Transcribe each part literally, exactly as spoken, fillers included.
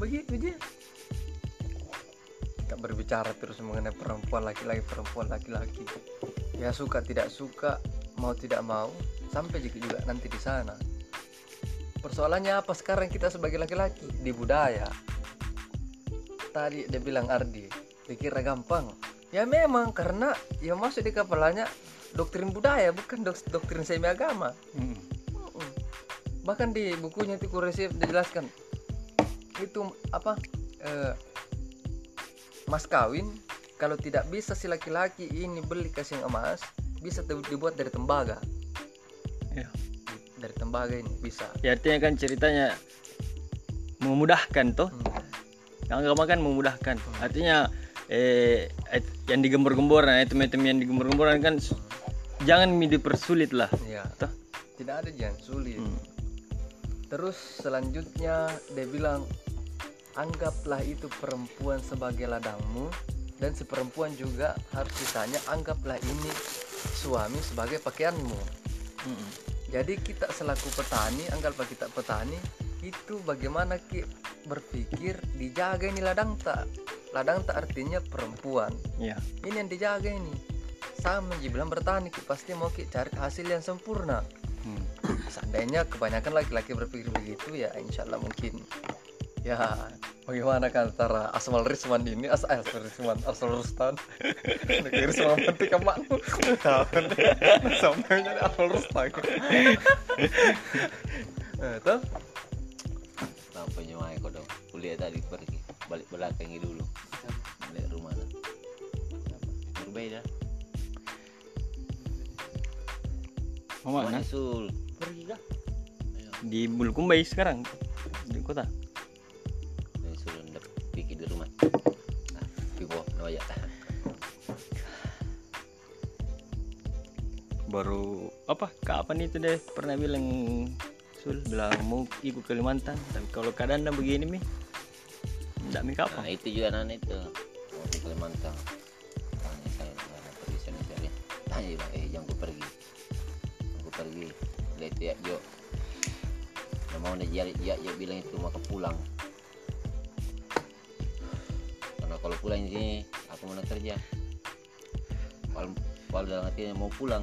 begitu aja. Tak berbicara terus mengenai perempuan laki-laki, perempuan laki-laki. Ya suka tidak suka, mau tidak mau, sampai juga nanti di sana. Persoalannya apa sekarang kita sebagai laki-laki di budaya? Tadi dia bilang Ardi, dikira gampang. Ya memang karena yang masuk di kepalanya doktrin budaya, bukan dok- doktrin semi agama. Hmm. Bahkan di bukunya itu Kuresif dijelaskan itu apa eh, mas kawin kalau tidak bisa si laki-laki ini beli kasing emas, bisa dibuat dari tembaga. Ya. Dari tembaga ini bisa. Ya artinya kan ceritanya memudahkan toh. Hmm. Yang agama kan memudahkan. Hmm. Artinya eh yang digembor-gemboran, item-item yang digembor-gemboran kan hmm. jangan dipersulit lah. Ya. Toh? Tidak ada jangan sulit. Hmm. Terus selanjutnya dia bilang, anggaplah itu perempuan sebagai ladangmu, dan si perempuan juga harus ditanya, anggaplah ini suami sebagai pakaianmu. Hmm. Jadi kita selaku petani, anggaplah kita petani, itu bagaimana ki berpikir dijaga ini ladang tak. Ladang tak artinya perempuan. Ya. Ini yang dijaga ini. Sama dibilang bertani, ki pasti mau ki cari hasil yang sempurna. Hmm. Seandainya kebanyakan laki-laki berpikir begitu, ya insya Allah mungkin. Ya bagaimana kan antara Asmal Risman ini as eh, Asmal Risman Asmal Rustan negeri semua mati kapan sampai jadi Asmal Rustan itu sampai nyamai kau dong kuliah tadi pergi balik belakangi dulu balik rumah dah berbeda mana Sul pergi dah di Bulukumbai sekarang di kota. Di rumah. Nah, pipo nawaya. Baru apa? Kapan itu deh pernah bilang Sul bilang mau ikut Kalimantan, tapi kalau keadaan dah begini mi, enggak mi kapan? Nah, itu juga anak itu mau di Kalimantan. Tanya saya mana pergi sana sini. Tanya bang, eh jangan ku pergi. Aku pergi. Lihat ya Jo. Yang mau dia ya ya bilang itu mau pulang. Kalau pulang sini aku mau kerja. Kalau kalau dalam hatinya mau pulang.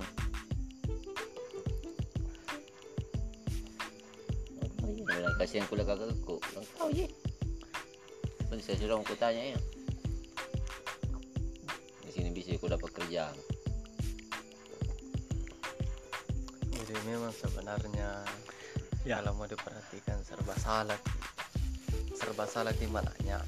Nah, kasihan kuliah kakakku. Tahu ye. Kan saya sudah mau tanya ya. Di sini bisa aku dapat kerjaan. Jadi memang sebenarnya ya, kalau mau diperhatikan serba salah. Serba salah di mananya?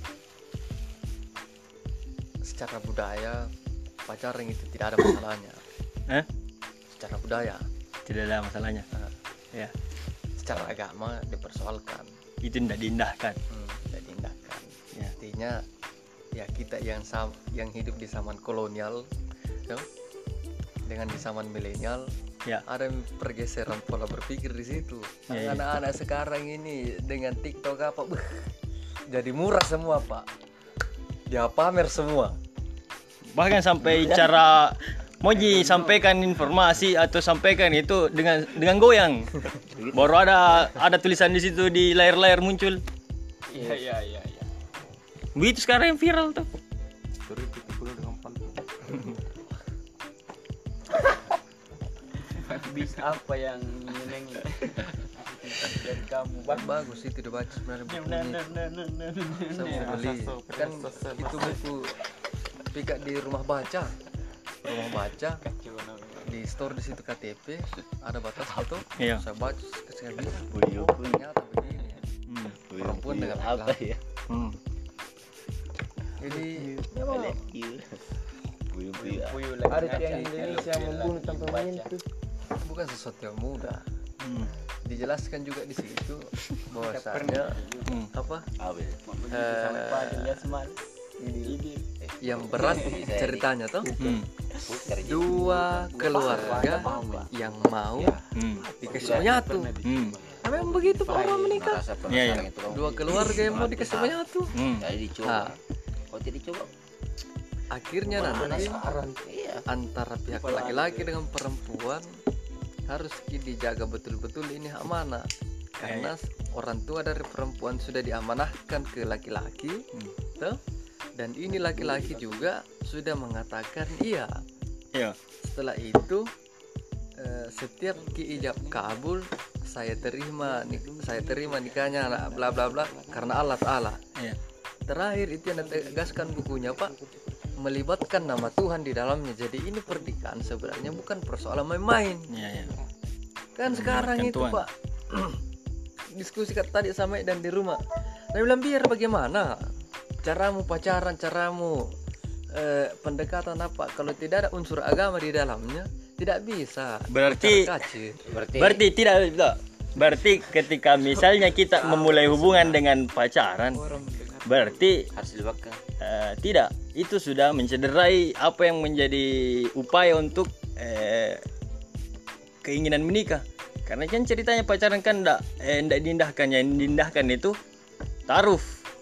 Secara budaya pacaran itu tidak ada masalahnya. Eh? Secara budaya tidak ada masalahnya. Nah, ya. Secara agama dipersoalkan. Itu tidak diindahkan. Hmm, tidak diindahkan. Ya. Artinya ya kita yang sam yang hidup di zaman kolonial, so, dengan di zaman milenial, ya. Ada pergeseran pola berpikir di situ. Ya, anak-anak ya. Sekarang ini dengan TikTok apa, beuh, jadi murah semua pak. Dia pamer semua. Bahkan sampai cara Moji sampaikan informasi atau sampaikan itu dengan dengan goyang. Baru ada ada tulisan di situ di layar-layar muncul. Iya iya iya iya. Begitu sekarang yang viral tuh. Terus itu dulu dengan pantun. Bis apa yang menyenangi dari kamu? Bagus itu dibaca sebenarnya buku ini. Saya beli kan itu buku pikat di rumah baca. Rumah baca di store di situ K T P ada batas itu. Iya. Saya baca saya bilang Buyo ternyata begini. Hmm. Perempuan dengan apa laki-laki. ya? Hmm. Jadi Buyo buyo. Puyu Ada yang Indonesia membunuh tanpa menyentuh. bukan sesuatu yang mudah. Hmm. Dijelaskan juga di situ bahwasanya Hmm. apa Apa? eh, Ini yang berat ceritanya tuh Hmm. dua keluarga yang mau Hmm. dikasih menyatu. Hmm. Memang begitu Pak orang menikah. Iya, iya. Dua keluarga yang mau dikasih menyatu. Hmm. Jadi dicoba. Nah, Kau tidak dicoba. akhirnya nanti Iya. antara pihak laki-laki dengan perempuan harus dijaga betul-betul ini hak mana. karena orang tua dari perempuan sudah diamanahkan ke laki-laki, Hmm. toh? Dan ini laki-laki juga sudah mengatakan iya. Iya. Setelah itu eh, setiap kiijab kabul, saya terima nik saya terima nikahnya nah, bla bla bla karena Allah Ta'ala. Iya. Terakhir itu yang tegaskan bukunya, Pak, melibatkan nama Tuhan di dalamnya. Jadi ini pernikahan sebenarnya bukan persoalan main-main. Iya, iya. Kan sekarang itu, Tuhan. Pak, diskusi kata tadi sama dan di rumah. Saya bilang biar bagaimana caramu pacaran, caramu eh, pendekatan apa, kalau tidak ada unsur agama di dalamnya tidak bisa. Berarti- Bicara kacir. Berarti, Berarti tidak tidak. Berarti ketika misalnya kita memulai hubungan dengan pacaran, berarti harus dilibatkan. eh, tidak, itu sudah mencederai apa yang menjadi upaya untuk eh, keinginan menikah. Karena kan ceritanya pacaran kan enggak eh, enggak diindahkan, yang diindahkan itu taruh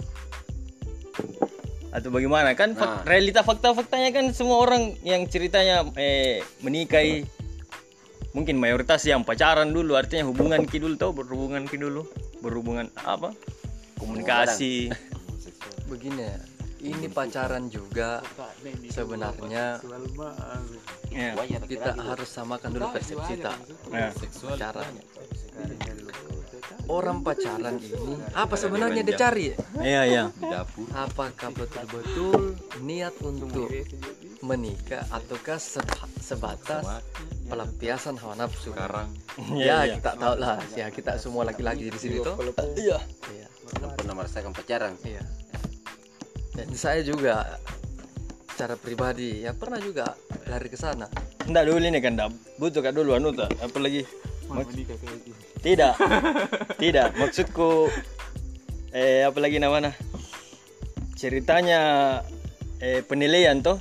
atau bagaimana kan fak- Nah. realita fakta-faktanya kan semua orang yang ceritanya eh, menikahi mungkin mayoritas yang pacaran dulu, artinya hubungan ki dulu, tau berhubungan ki dulu, berhubungan apa, komunikasi. Begini ya, ini pacaran juga sebenarnya Ya. Wajar kita laki-laki. harus samakan dulu persepsi kita. Ya. Pacaran. Orang pacaran ini apa sebenarnya dia cari? Iya, iya. Apakah betul-betul niat untuk menikah ataukah seba- sebatas pelampiasan hawa nafsu? Sekarang ya Iya, kita tahu lah ya, kita semua laki-laki di sini tuh. Iya. Iya. Belum pernah merasakan pacaran. Iya. Dan saya juga secara pribadi ya pernah juga lari ke sana. Enggak dulu ini kan enggak butuh kak dulu anu tak apalagi Mak- tidak tidak maksudku eh apalagi namanya ceritanya eh penilaian toh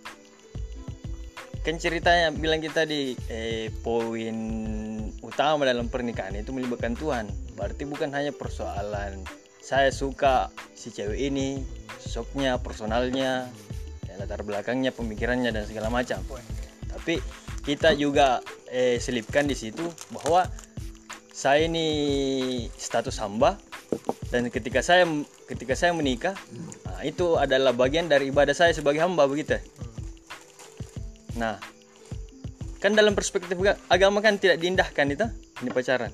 kan ceritanya bilang kita di eh, poin utama dalam pernikahan itu melibatkan Tuhan. Berarti bukan hanya persoalan saya suka si cewek ini, sosoknya, personalnya, ya, latar belakangnya, pemikirannya dan segala macam. Tapi kita juga eh, selipkan di situ bahwa saya ini status hamba dan ketika saya ketika saya menikah, nah, itu adalah bagian dari ibadah saya sebagai hamba begitu. Nah, kan dalam perspektif agama kan tidak diindahkan itu, ini pacaran.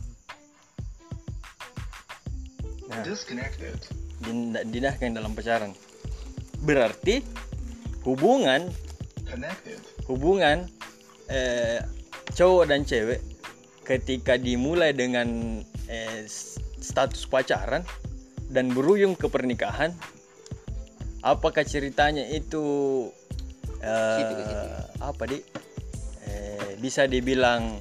Nah, tidak diindahkan dalam pacaran. Berarti hubungan hubungan eh, cowok dan cewek ketika dimulai dengan eh, status pacaran dan berujung ke pernikahan, apakah ceritanya itu eh, Situ ke situ. apa di eh, bisa dibilang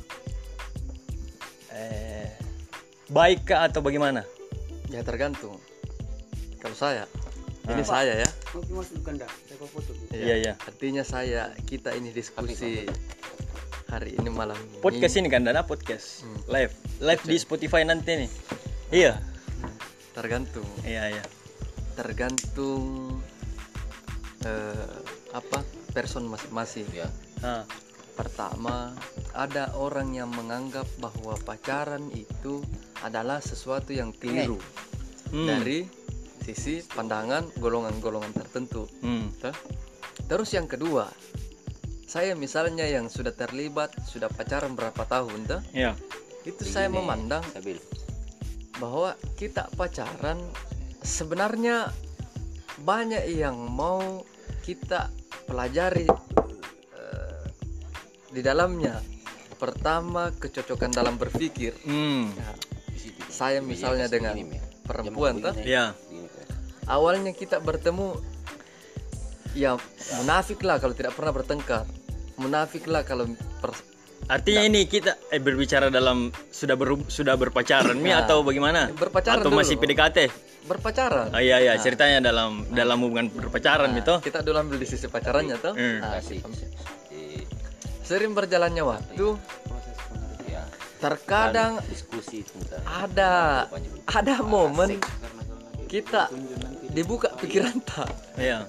eh, baik kah atau bagaimana? Ya tergantung. Kalau saya, ini saya ya. Iya, iya. Artinya saya kita ini diskusi hari ini malam ini. Podcast ini kan Dana podcast Hmm. live live di Spotify nanti nih. Iya. Tergantung. Iya, iya. Tergantung eh, apa person masing-masing. Ya. Ah, Pertama, ada orang yang menganggap bahwa pacaran itu adalah sesuatu yang keliru Hmm. dari sisi pandangan golongan-golongan tertentu. hmm. Toh? Terus yang kedua, saya misalnya yang sudah terlibat, sudah pacaran berapa tahun, toh? Iya. Itu saya Begini, memandang stabil. bahwa kita pacaran sebenarnya banyak yang mau kita pelajari eh, di dalamnya. Pertama, kecocokan dalam berpikir. Hmm. Ya, Di situ. saya misalnya dengan Begini, Mi. perempuan, toh? Iya. Begini, Mi. Awalnya kita bertemu, ya munafik lah kalau tidak pernah bertengkar, munafik lah kalau per- Artinya ini kita eh, berbicara dalam sudah ber, sudah berpacaran mi Nah, atau bagaimana? berpacaran atau dulu. masih P D K T? berpacaran. Oh iya iya, ceritanya dalam dalam hubungan berpacaran Nah, itu. kita dulu ambil di sisi pacarannya tuh. Hmm. Nah, Kasih. Di, sering berjalannya waktu, ya. terkadang Diskusi tentang ada banyak- ada momen kita dibuka pikiran tak, Iya.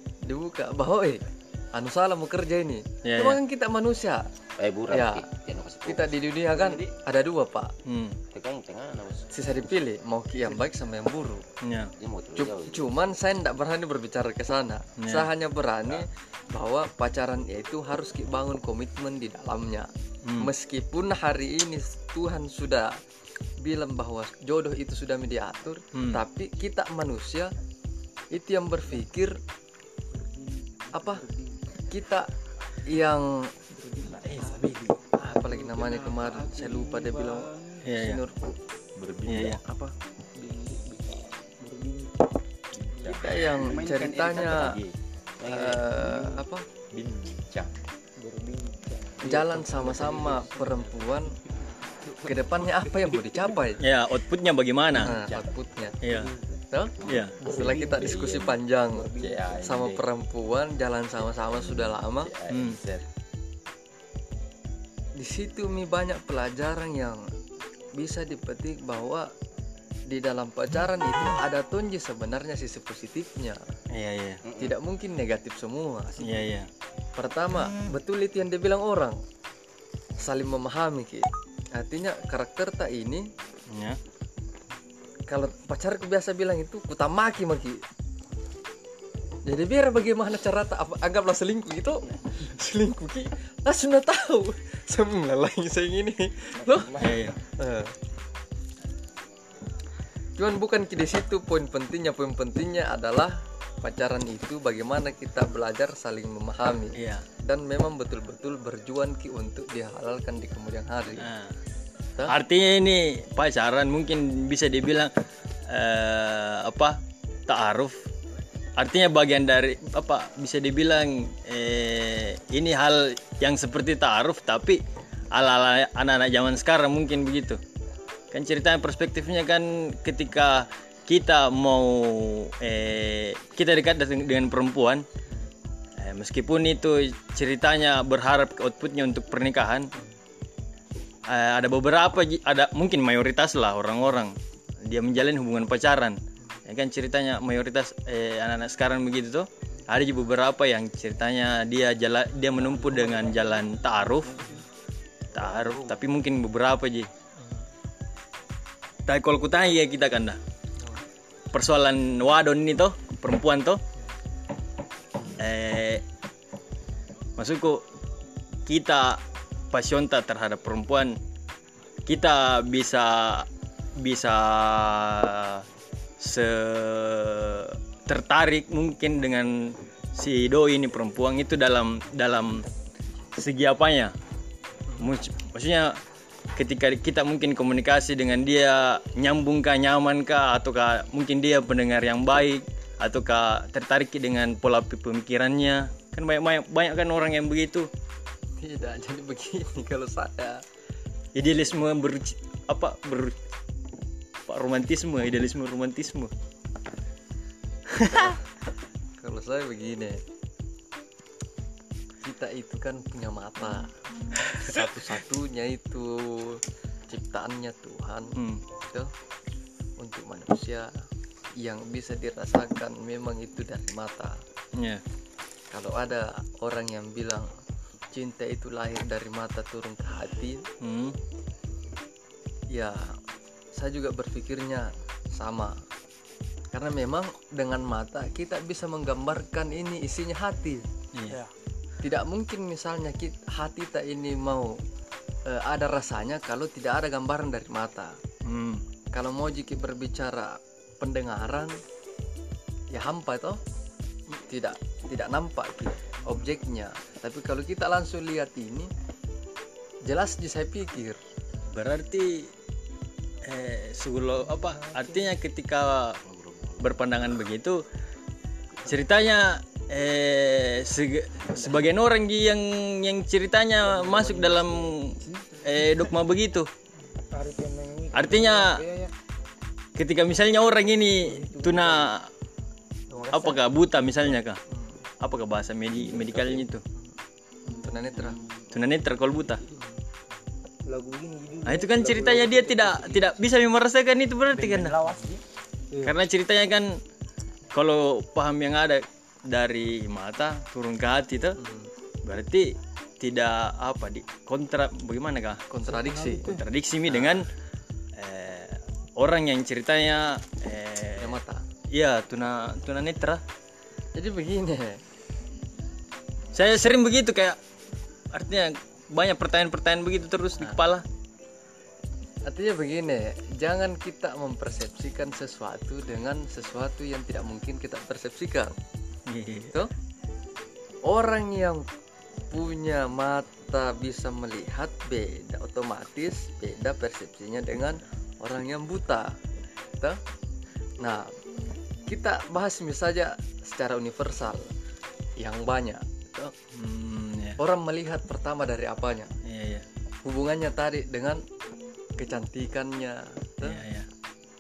dibuka bahwa eh anu salah mau kerja ini. Iya, Cuma iya. kan kita manusia. Eh buram Ya. Ki. Jangan kasih kita di dunia kan ada dua pak, Hmm. Tekan tengah nah bos. sisa dipilih mau yang baik sama yang buruk. Ya. Dia mau terus Cu- jauh. Cuman saya tidak berani berbicara ke sana. Ya. Saya hanya berani bahwa pacaran itu harus ki- bangun komitmen di dalamnya. Hmm. Meskipun hari ini Tuhan sudah bilang bahwa jodoh itu sudah diatur, Hmm. tapi kita manusia itu yang berpikir apa? Kita yang apalagi namanya kemarin saya lupa dia bilang Iya, iya. seniorku Iya, iya. apa? Kita yang ceritanya eh, apa? Bincang. Jalan sama-sama perempuan ke depannya apa yang mau dicapai? Ya, outputnya bagaimana? Nah, outputnya. Iya. Toh? Iya. Setelah kita diskusi panjang Ya, sama perempuan, jalan sama-sama sudah lama, Hmm. di situ mi banyak pelajaran yang bisa dipetik bahwa di dalam pacaran itu ada tonji sebenarnya sisi positifnya. Iya, iya. Tidak mungkin negatif semua. Iya, iya. Pertama, betul itu yang dibilang orang, saling memahami ki. Artinya karakter tak ini, Ya. kalau pacarku biasa bilang itu kutamaki maki. Jadi biar bagaimana cara tak apa, anggaplah selingkuh itu selingkuh ki, lah sudah tahu semua lagi saya ini loh. Iya, iya. Eh. Cuman bukan ki di situ poin pentingnya, poin pentingnya adalah pacaran itu bagaimana kita belajar saling memahami Iya. dan memang betul-betul berjuang ki untuk dihalalkan di kemudian hari. Nah. Toh? Artinya ini pacaran mungkin bisa dibilang eh, apa? Ta'aruf. Artinya bagian dari apa? Bisa dibilang eh, ini hal yang seperti ta'aruf tapi ala-ala anak-anak zaman sekarang mungkin begitu. Kan ceritanya perspektifnya kan ketika kita mau eh, kita dekat dengan perempuan, eh, meskipun itu ceritanya berharap outputnya untuk pernikahan, eh, ada beberapa ji- ada mungkin mayoritas lah orang-orang dia menjalin hubungan pacaran, ya kan ceritanya mayoritas eh, anak-anak sekarang begitu tuh. Ada juga beberapa yang ceritanya dia jalan dia menempuh dengan jalan ta'aruf, ta'aruf, tapi mungkin beberapa ji. Tapi kalau kutanya ya kita kan dah persoalan wadon ini toh perempuan toh eh maksudku kita pasionta terhadap perempuan kita bisa bisa se tertarik mungkin dengan si doi ini perempuan itu dalam dalam segi apanya. Mus- maksudnya ketika kita mungkin komunikasi dengan dia nyambung kah, nyaman kah, ataukah mungkin dia pendengar yang baik, ataukah tertarik dengan pola pemikirannya. Kan banyak banyak, banyak kan orang yang begitu. Tidak, jadi begini kalau saya Idealisme ber apa ber apa, romantisme, idealisme romantisme. kalau saya begini, kita itu kan punya mata, satu-satunya itu ciptaannya Tuhan, Hmm. itu untuk manusia yang bisa dirasakan memang itu dari mata. Ya. Kalau ada orang yang bilang cinta itu lahir dari mata turun ke hati, Hmm. ya saya juga berpikirnya sama. Karena memang dengan mata kita bisa menggambarkan ini isinya hati. Iya. Tidak mungkin misalnya kita, hati kita ini mau eh, ada rasanya kalau tidak ada gambaran dari mata. Hmm. Kalau mau jika berbicara pendengaran, ya hampa toh, tidak tidak nampak Ki, objeknya. Tapi kalau kita langsung lihat ini, jelas di saya pikir. Berarti eh sebelum apa artinya ketika berpandangan begitu ceritanya eh se- sebagian orang yang yang ceritanya masuk dalam eh dogma begitu. Artinya ketika misalnya orang ini tuna apakah buta misalnya kah? Apakah bahasa medi medikalnya itu? Tunanetra. Tunanetra kalau buta. Lagu ini judul Nah itu kan ceritanya dia tidak tidak bisa merasakan itu berarti kan. Karena ceritanya kan kalau paham yang ada dari mata turun ke hati itu berarti tidak apa di kontra bagaimana kah? Kontradiksi. Kontradiksi mi dengan eh, orang yang ceritanya eh, Ya mata. iya tuna tuna netra. Jadi begini, Saya sering begitu kayak artinya banyak pertanyaan-pertanyaan begitu terus di kepala. artinya begini, jangan kita mempersepsikan sesuatu dengan sesuatu yang tidak mungkin kita persepsikan. Tuh? Orang yang punya mata bisa melihat beda, otomatis beda persepsinya dengan orang yang buta. Tuh? Nah, kita bahas misalnya secara universal yang banyak. Tuh? Hmm, ya. Orang melihat pertama dari apanya? Iya, iya. Hubungannya tadi dengan kecantikannya, tuh? Iya, iya.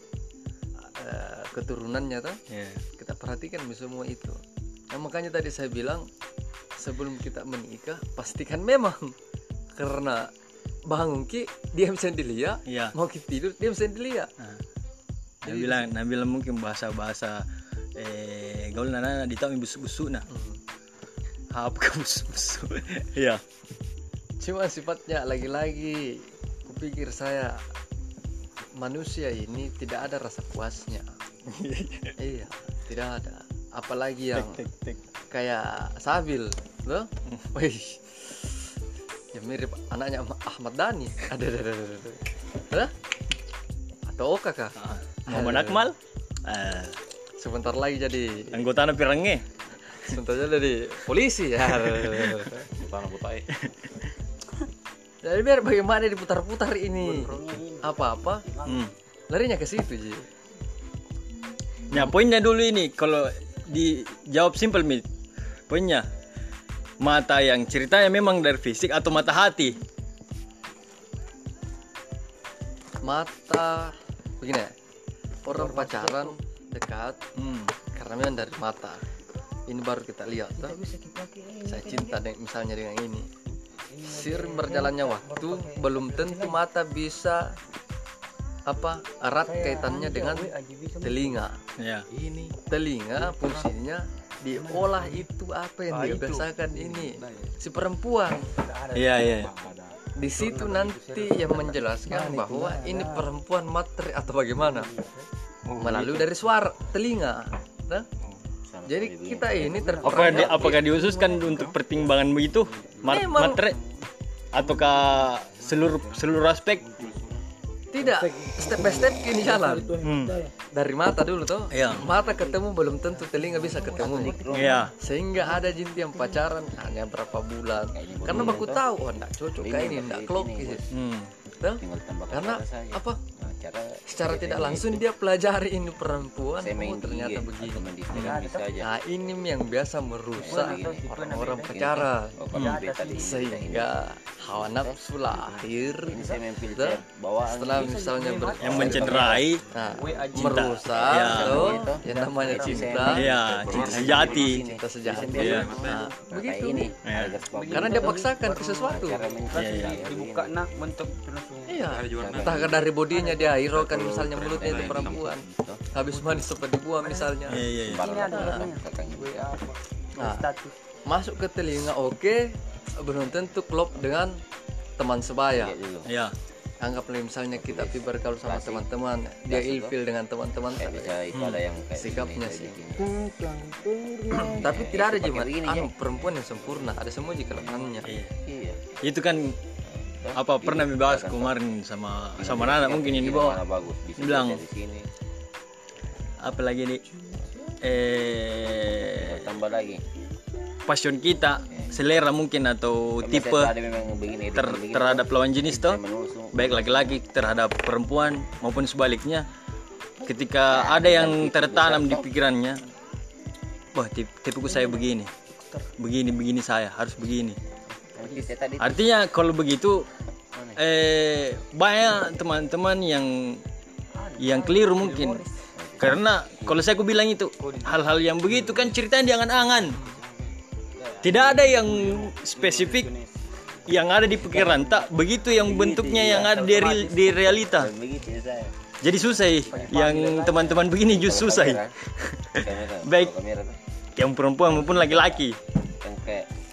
Eh, keturunannya, tuh? Iya. Kita perhatikan semua itu. Nah, makanya tadi saya bilang sebelum kita menikah pastikan memang, karena bangun ki dia bisa dilihat, Iya. mau kita tidur dia bisa dilihat. Nah, dia bilang, nah bilang mungkin bahasa-bahasa eh gaul nana di tahu busuk-busuk nah. Hmm. Apa busuk-busuk? Iya. Cuma sifatnya lagi-lagi kupikir saya manusia ini tidak ada rasa puasnya. Iya, tidak ada. Apalagi yang Tek, tek, tek. kayak Sabil, loh. Wih. Ya mirip anaknya Ahmad Dhani. Ada ada ada ada. Hah? Atau Oka kah? Ah, Muhammad Akmal. Ah, Sebentar lagi jadi anggota pirangnya. sebentar aja jadi polisi ya. Bukan butai. Jadi biar bagaimana diputar-putar ini apa-apa Hmm. larinya ke situ Ji. Nah, poinnya dulu ini kalau dijawab simple mit. Poinnya mata yang ceritanya memang dari fisik atau mata hati? Mata begini ya, orang pacaran dekat Hmm. karena memang dari mata. Ini baru kita lihat tuh. Saya cinta dengan misalnya dengan ini. Seiring berjalannya waktu belum tentu mata bisa apa erat kaitannya dengan telinga. Ya. Ini telinga fungsinya diolah itu apa yang dia biasakan ini si perempuan. Iya, iya. Di situ nanti yang menjelaskan bahwa ini perempuan materi atau bagaimana melalui dari suara telinga. Nah, jadi kita ini Apakah di, terperangkap apakah diususkan untuk pertimbangan begitu? Mat- Memang. Matre ataukah seluruh seluruh aspek? tidak step by step ini jalan Hmm. dari mata dulu tuh. Iya. Mata ketemu belum tentu telinga bisa ketemu. Iya. Sehingga ada jinti yang pacaran hanya berapa bulan karena baku tahu oh enggak cocok kayak ini enggak klop gitu. Hmm. Tuh. Tinggal tambah Karena kata saja. apa? Nah, cara Secara tidak langsung dia pelajari ini perempuan, saya oh main ternyata gigi begini. atau main di terapi saja. Nah ini yang biasa merusak orang-orang pacaran, Oh, kalau beta di sehingga hawa nafsu lahir. ini saya main Tuh. filter bawaan. Setelah misalnya ber, Yang mencederai. nah, merusak, Ya. tuh, yang namanya cinta, Iya, cinta sejati. cinta sejati. Iya. Nah, begitu. ini. Ya. Karena dia paksakan ke sesuatu. Cara mencari Iya, Dibuka nak bentuk langsung. Iya. Entah dari bodinya dia hiraukan misalnya mulutnya itu perempuan. Habis mandi sempat dibuang misalnya. Iya, iya, iya. Ini ada Nah, namanya. kakaknya. W A apa? Nah. Status. Masuk ke telinga oke, belum tentu klop dengan teman sebaya. Lihat dulu. Iya. Anggaplah misalnya kita pergi bergaul sama teman-teman, dia ilfil dengan teman-teman, Kayak bisa itu ada yang kayak sikapnya gini, sih. kayak gini. tapi tidak ada pakai jimat begini, anu Jeng. perempuan yang sempurna, ada semua di kelebihannya. Iya. Iya. Itu kan apa pernah dibahas kemarin sama sama Nana mungkin yang di bawah. Mana bagus bisa Bilang. di sini. Apalagi nih eh Tambah lagi. passion kita, selera mungkin atau Kalau tipe saya tadi memang begini, ter- begini, terhadap lawan jenis saya toh, menusuk. baik laki-laki terhadap perempuan maupun sebaliknya. Ketika ada yang tertanam di pikirannya, wah tip- tipeku saya begini, begini begini saya harus begini. Nanti saya tadi Artinya kalau begitu eh banyak teman-teman yang yang keliru mungkin. Karena kalau saya ku bilang itu hal-hal yang begitu kan ceritanya di angan-angan. Tidak ada yang spesifik yang ada di pikiran, tak begitu yang bentuknya yang ada di, real- di realita. begitu saya. Jadi susah ih. Yang teman-teman begini justru susah ih. Kamera, Baik. kamera tuh. Yang perempuan maupun laki-laki. Yang kayak yang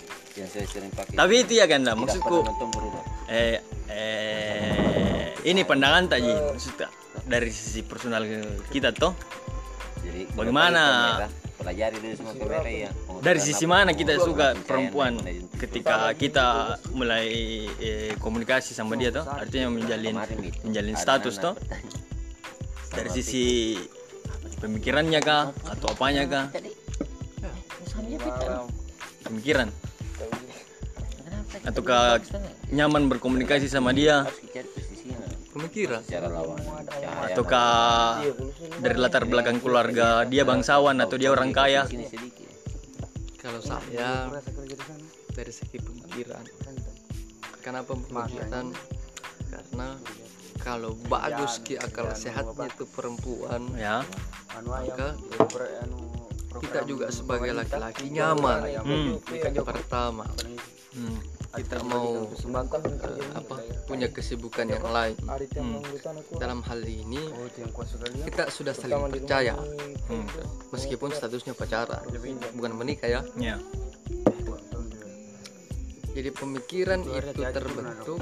yang saya sering pakai. Tapi itu ya kan, nah, Tidak maksudku pernah nonton berubah. eh eh ini pandangan tak Ji, maksudnya dari sisi personal kita toh. Jadi kalau Bagaimana? pakai kamera, pelajari dulu semua kamera ya. Dari sisi mana kita suka Pencahayaan perempuan dan pencahayaan. ketika kita mulai eh, komunikasi sama dia toh, artinya menjalin Kemarin gitu. menjalin Ada status anak toh. bertanya. Dari Sama sisi pemikirannya kah atau apanya kah? Tadi. Sama aja kita. Pemikiran Kenapa? Kita ataukah bagus, kan? nyaman berkomunikasi sama dia Harus dicari posisinya. Pemikiran. Secara lawan. Cahaya ataukah dari latar belakang keluarga dia bangsawan atau dia orang kaya? sini sedikit. Kalau saya dari segi pemikiran. Kenapa pemikiran? Karena kalau bagus ki akal sehatnya itu perempuan, Ya. maka kita juga sebagai laki-laki nyaman. Hmm. Pertama, Hmm. kita mau eh, apa punya kesibukan yang lain. Hmm. Dalam hal ini kita sudah saling percaya, Hmm. meskipun statusnya pacaran, bukan menikah ya. Ya. Jadi pemikiran itu terbentuk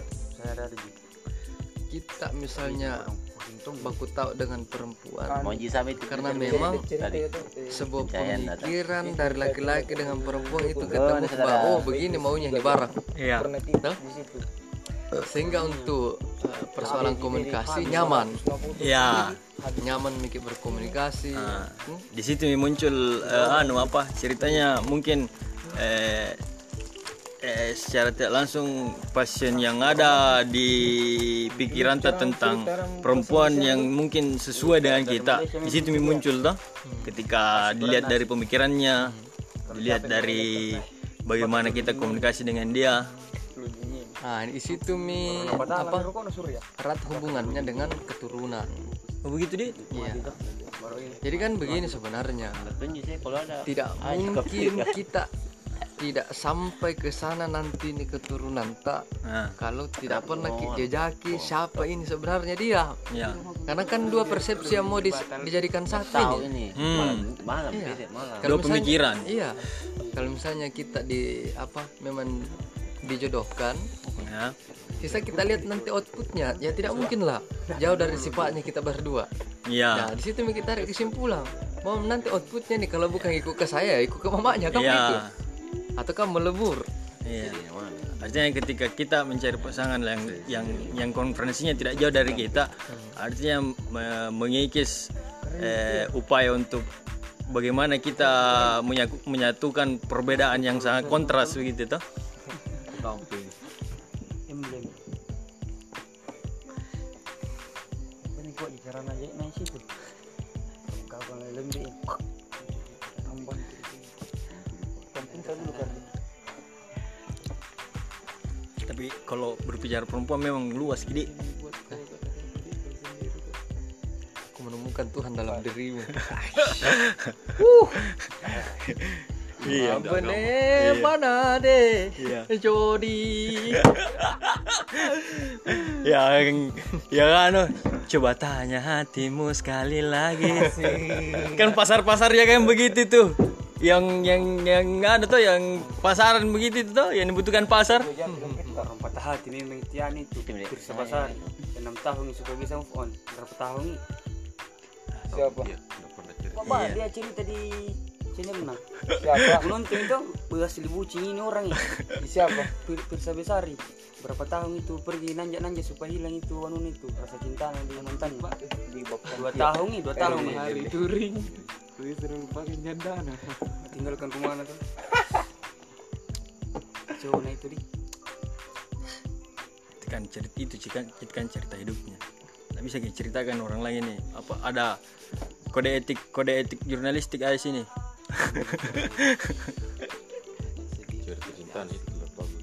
kita misalnya baku tahu dengan perempuan Mau ji sama itu karena Peter, memang tadi. sebuah Pencahayaan pemikiran dari laki-laki dengan perempuan itu ketemu bahwa oh begini maunya di barang. Iya. Toh? Sehingga untuk uh, persoalan komunikasi nyaman, Ya. nyaman mikir berkomunikasi. Ah. Hmm? Di situ muncul eh, anu apa ceritanya mungkin eh, eh, secara tidak langsung passion yang ada di pikiran kita tentang perempuan yang mungkin sesuai dengan kita di situ muncul toh ketika dilihat dari pemikirannya, dilihat dari bagaimana kita komunikasi dengan dia. Nah, di situ mi apa erat hubungannya dengan keturunan. Oh, begitu dia? Iya. Jadi kan begini sebenarnya, Tunjuk saya kalau ada. tidak mungkin kita tidak sampai ke sana nanti nih keturunan tak Nah, kalau tidak pernah ki- jejaki siapa ini sebenarnya dia. ya. Karena kan dua persepsi yang mau dis- dijadikan satu Tahu ini. ini. Hmm. Malam, malam, Iya. besok malam. Kalau Dua misalnya- pemikiran. Iya. Kalau misalnya kita di apa memang dijodohkan, Ya. sisa kita lihat nanti outputnya, ya tidak mungkin lah jauh dari sifatnya kita berdua. Iya. Nah di situ kita tarik kesimpulan, mau nanti outputnya nih kalau bukan ikut ke saya, ikut ke mamanya kan Iya. gitu, atau kan melebur. Iya. Artinya ketika kita mencari pasangan yang yang yang konferensinya tidak jauh dari kita, artinya me- mengikis eh, upaya untuk bagaimana kita menyaku- menyatukan perbedaan yang sangat kontras begitu toh. Emblem. Ini kok cara naik naik situ. Kau kalau lembek. Tambah. Penting kan dulu kan. Tapi kalau berbicara perempuan memang luas gini. Aku menemukan Tuhan dalam dirimu. Iya. Bener mana deh, Iya. Jody. yang yang anu coba tanya hatimu sekali lagi kan pasar-pasar ya kan begitu tuh yang yang yang ada tuh yang pasaran begitu tuh yang dibutuhkan pasar. Orang patah hati memang tian itu. Pirsa Basar. enam tahun suka bisa move on. Berapa tahun nih? Siapa? Bapak Iya. dia cerita di channel mana? Siapa? Nonton itu berhasil bucin ini orang ini. Siapa? Pir- Pirsa Besari. Berapa tahun itu pergi nanjak-nanjak supaya hilang itu anu itu rasa cinta di mantannya. Dua tahun nih, dua tahun nih. Hari touring. Lu suruh lupakan jandana. Tinggalkan kemana tuh? Zona itu di. Itu kan cerita itu kan itu kan cerita hidupnya. Nggak bisa diceritakan orang lain nih. Apa ada kode etik kode etik jurnalistik aja sini. Cerita cintaan itu lebih bagus.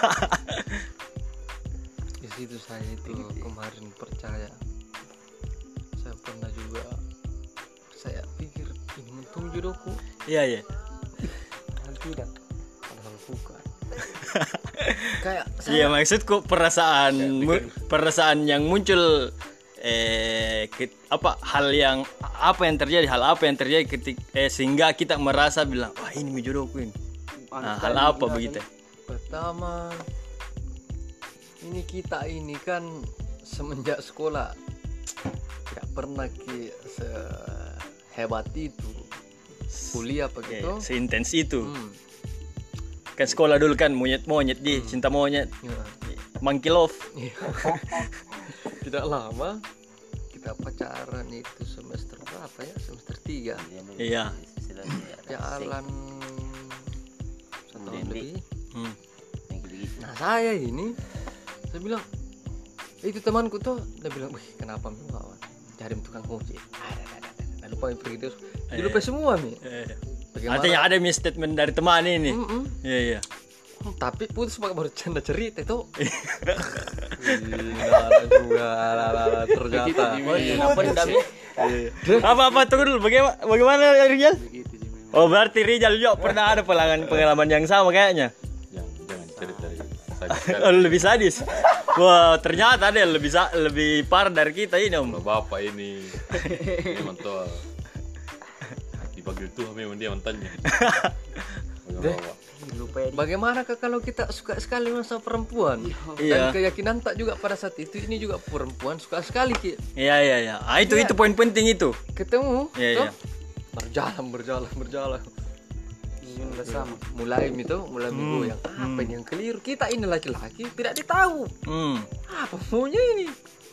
Di situ saya itu kemarin percaya. Saya pernah juga saya pikir ini untung jodohku, Iya iya. padahal tidak, padahal bukan. Kayak Iya maksudku perasaan mu- perasaan yang muncul eh ke- apa hal yang apa yang terjadi hal apa yang terjadi ketika eh, sehingga kita merasa bilang wah ini jodohku ini. Nah, hal apa begitu? Pertama, ini kita ini kan semenjak sekolah tidak pernah ki sehebat itu kuliah Eh, begitu. seintens itu. Hmm. Kan sekolah dulu kan monyet-monyet di cinta monyet. Ya. Monkey love. Iya. Tidak lama kita pacaran itu semester berapa ya? Semester tiga. Iya. Jalan satu tahun Jadi, lebih. Hmm. Nah saya ini, saya bilang itu temanku tuh, dia bilang, wih kenapa membawa cari tukang kunci? Ada, ada, ada. Nah, lupa pergi terus, Eh. lupa semua nih. Eh, Bagaimana? Artinya ada mi statement dari teman ini. Mm-mm. Iya iya. Tapi putus pakai baru canda cerita itu. Gila juga, lah, lah, lah, ternyata. Kenapa tidak Mi? Apa apa tunggu dulu bagaimana bagaimana Rizal? Oh berarti Rizal juga pernah ada pengalaman pengalaman yang sama kayaknya. Jangan, jangan cerita dari sadis sekali. Oh, lebih sadis. Wah ternyata ada yang lebih sa- lebih parah dari kita ini om. Kalau bapak ini memang tuh dipanggil tuh memang dia mantannya. Deh. Bapak. Lupa ya. Bagaimana Kak, kalau kita suka sekali sama perempuan? Iya. Dan keyakinan tak juga pada saat itu ini juga perempuan suka sekali Ki. Iya iya iya. Ah itu Iya. itu poin penting itu. Ketemu, Iya, toh, iya. berjalan berjalan berjalan. Ini udah sama. Mulai itu, mulai Hmm. minggu yang apa ini yang keliru? Kita ini laki-laki tidak ditahu. Hmm. Apa maunya ini?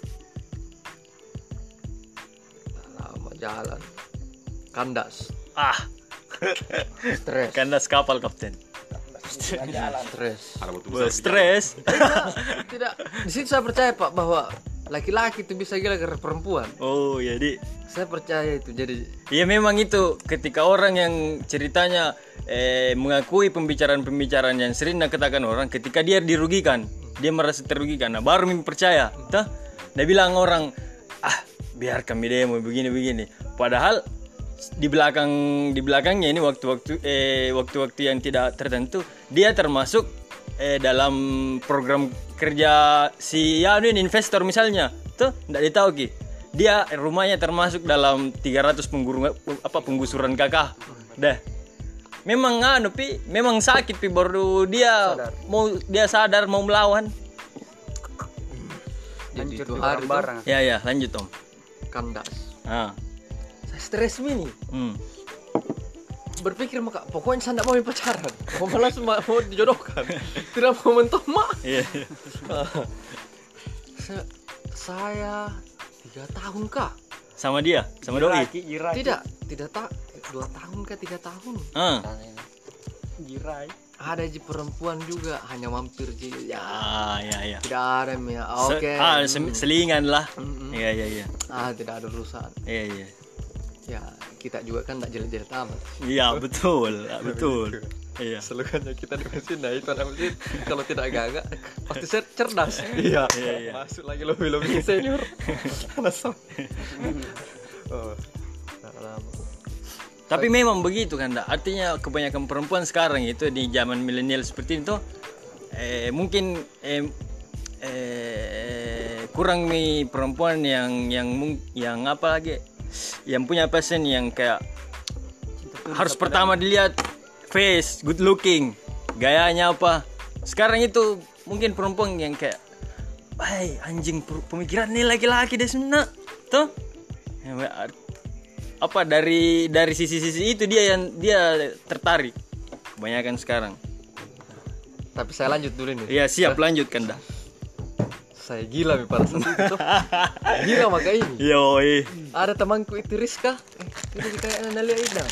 Lama jalan, kandas, Ah stres, kandas kapal kapten. stres. Ada waktu Wah, besar. stres. Tidak, tidak. Di situ saya percaya Pak bahwa laki-laki itu bisa gila karena perempuan. Oh jadi Saya percaya itu. Jadi iya memang itu ketika orang yang ceritanya eh, mengakui pembicaraan-pembicaraan yang sering nak katakan orang, ketika dia dirugikan, dia merasa terugikan, nah baru mimi percaya, toh? Dia bilang orang, ah biar kami demo begini-begini. Padahal di belakang di belakangnya ini waktu-waktu eh waktu-waktu yang tidak tertentu dia termasuk eh dalam program kerja si ya ini investor misalnya, tuh tidak ditahu ki. Dia rumahnya termasuk dalam tiga ratus pengguru apa penggusuran K K. Dah. Memang anu pi, memang sakit pi baru dia Sadar. mau dia sadar mau melawan. jadi Hancur itu di hari itu barang-barang. Ya ya, lanjut Om. kandas. Ah. Saya stres ini. Hmm. Berpikir maka pokoknya saya tidak mau pacaran. Mau langsung mau mau dijodohkan. Tidak mau mentok mak. Iya. saya, saya tiga tahun kah? Sama dia, sama doi. Jiraki, jiraki. Tidak, tidak tak dua tahun kah tiga tahun. Ah. Jirai. Ada ji perempuan juga hanya mampir ji ya. Ah, ya ya. Tidak ada ya. Se- Oke. ah, se- selingan lah. Mm-mm. Iya iya iya. Ah tidak ada urusan. Iya iya. Ya kita juga kan tidak jelek-jelek amat. Iya, betul. Ah, betul. Iya. Seluruhnya kita di mesin, nah itu anak mesin kalau tidak gagak pasti cer- cerdas. Iya. Iya, iya. Masuk lagi lebih lebih senior. Langsung. Oh, tak lama. Tapi memang begitu kan, Dak? Artinya kebanyakan perempuan sekarang itu di zaman milenial seperti itu eh mungkin eh, eh kurang nih perempuan yang yang mung- yang apa lagi? Yang punya passion yang kayak harus pertama dilihat face, good looking, gayanya apa. Sekarang itu mungkin perempuan yang kayak, "Hai, anjing per- pemikiran nih laki-laki deh semua." Tuh. Ya, apa dari dari sisi-sisi itu dia yang dia tertarik kebanyakan sekarang. Tapi saya lanjut dulu nih. Iya, siap lanjutkan dah. Saya gila nih pada saat itu. Tuh. Gila maka ini. Yoi. Ada temanku itu Rizka. Eh, itu kayak Nalia Idang.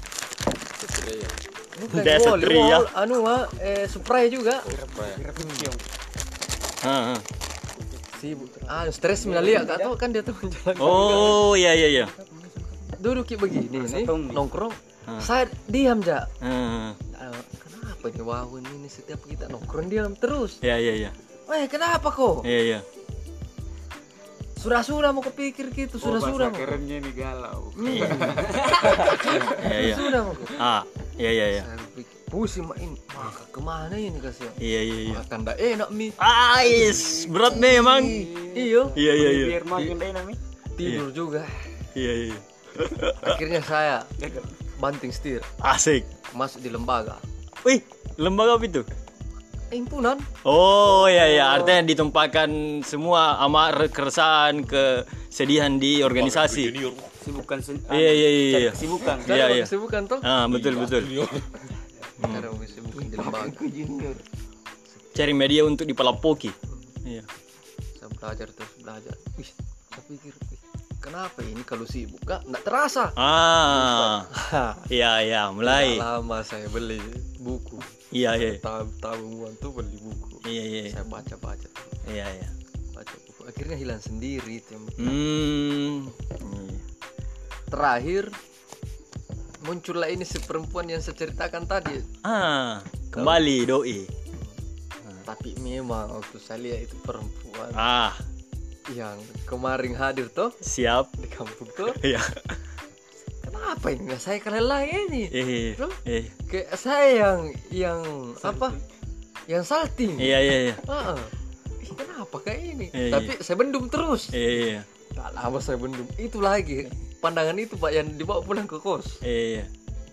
Bukan Dia wall, satria. wall, anu mah eh spray juga. Ah, ah. Sibuk. Ah, stres Nalia, enggak tahu kan dia tuh jalan. Oh, iya iya iya. Duduk kayak begini nih, Satu nih. nongkrong. Saya diam, Ja. Ah, Ah, kenapa nih Wawan ini setiap kita nongkrong diam terus? iya iya iya. Weh, kenapa kok? Iya iya. Sudah-sudah mau kepikir gitu, sudah-sudah mau. Kerennya ini galau. Iya iya. Sudah mau. Ah, iya iya iya. Saya pikir pusing main. Maka kemana ini kasih? Iya iya iya. Makan dah enak mi. Ais, berat memang. Iyo, Iya iya iya. Biar makin deh nami. tidur juga. Iya iya. Akhirnya saya banting setir, Asik. masuk di lembaga. Wih, lembaga apa itu? himpunan. Oh iya iya, artinya ditumpahkan semua amarah, keresahan, kesedihan di organisasi. Junior. Sibukan sen- Iya iya iya. cari iya. kesibukan. Iya, Iya, iya. kesibukan toh. Ah betul betul. Ada kesibukan di lembaga. Cari media untuk dipalapoki. Iya. Saya belajar terus belajar. Wih, saya pikir, wih, kenapa ini kalau sibuk kak nggak terasa? Ah. Iya iya, mulai. Tidak lama saya beli buku. Iya iya. Tab tabungan tuh beli buku. Iya iya. Saya baca baca, Iya iya. baca buku. Akhirnya hilang sendiri itu yang Hmm. terakhir muncullah ini si perempuan yang saya ceritakan tadi. Ah, kembali doi. Tapi memang waktu saya lihat itu perempuan Ah, yang kemarin hadir tuh siap. di kampung tuh. Iya. Kenapa ini nggak saya kenal lagi ini? Eh. Tuh, Eh. kayak saya yang yang apa? Yang salting. Iya iya iya. Ah, ih, kenapa kayak ini? Iya, Tapi saya bendung terus. Iya. Tak lama saya bendung. Itu lagi pandangan itu pak yang dibawa pulang ke kos. Iya.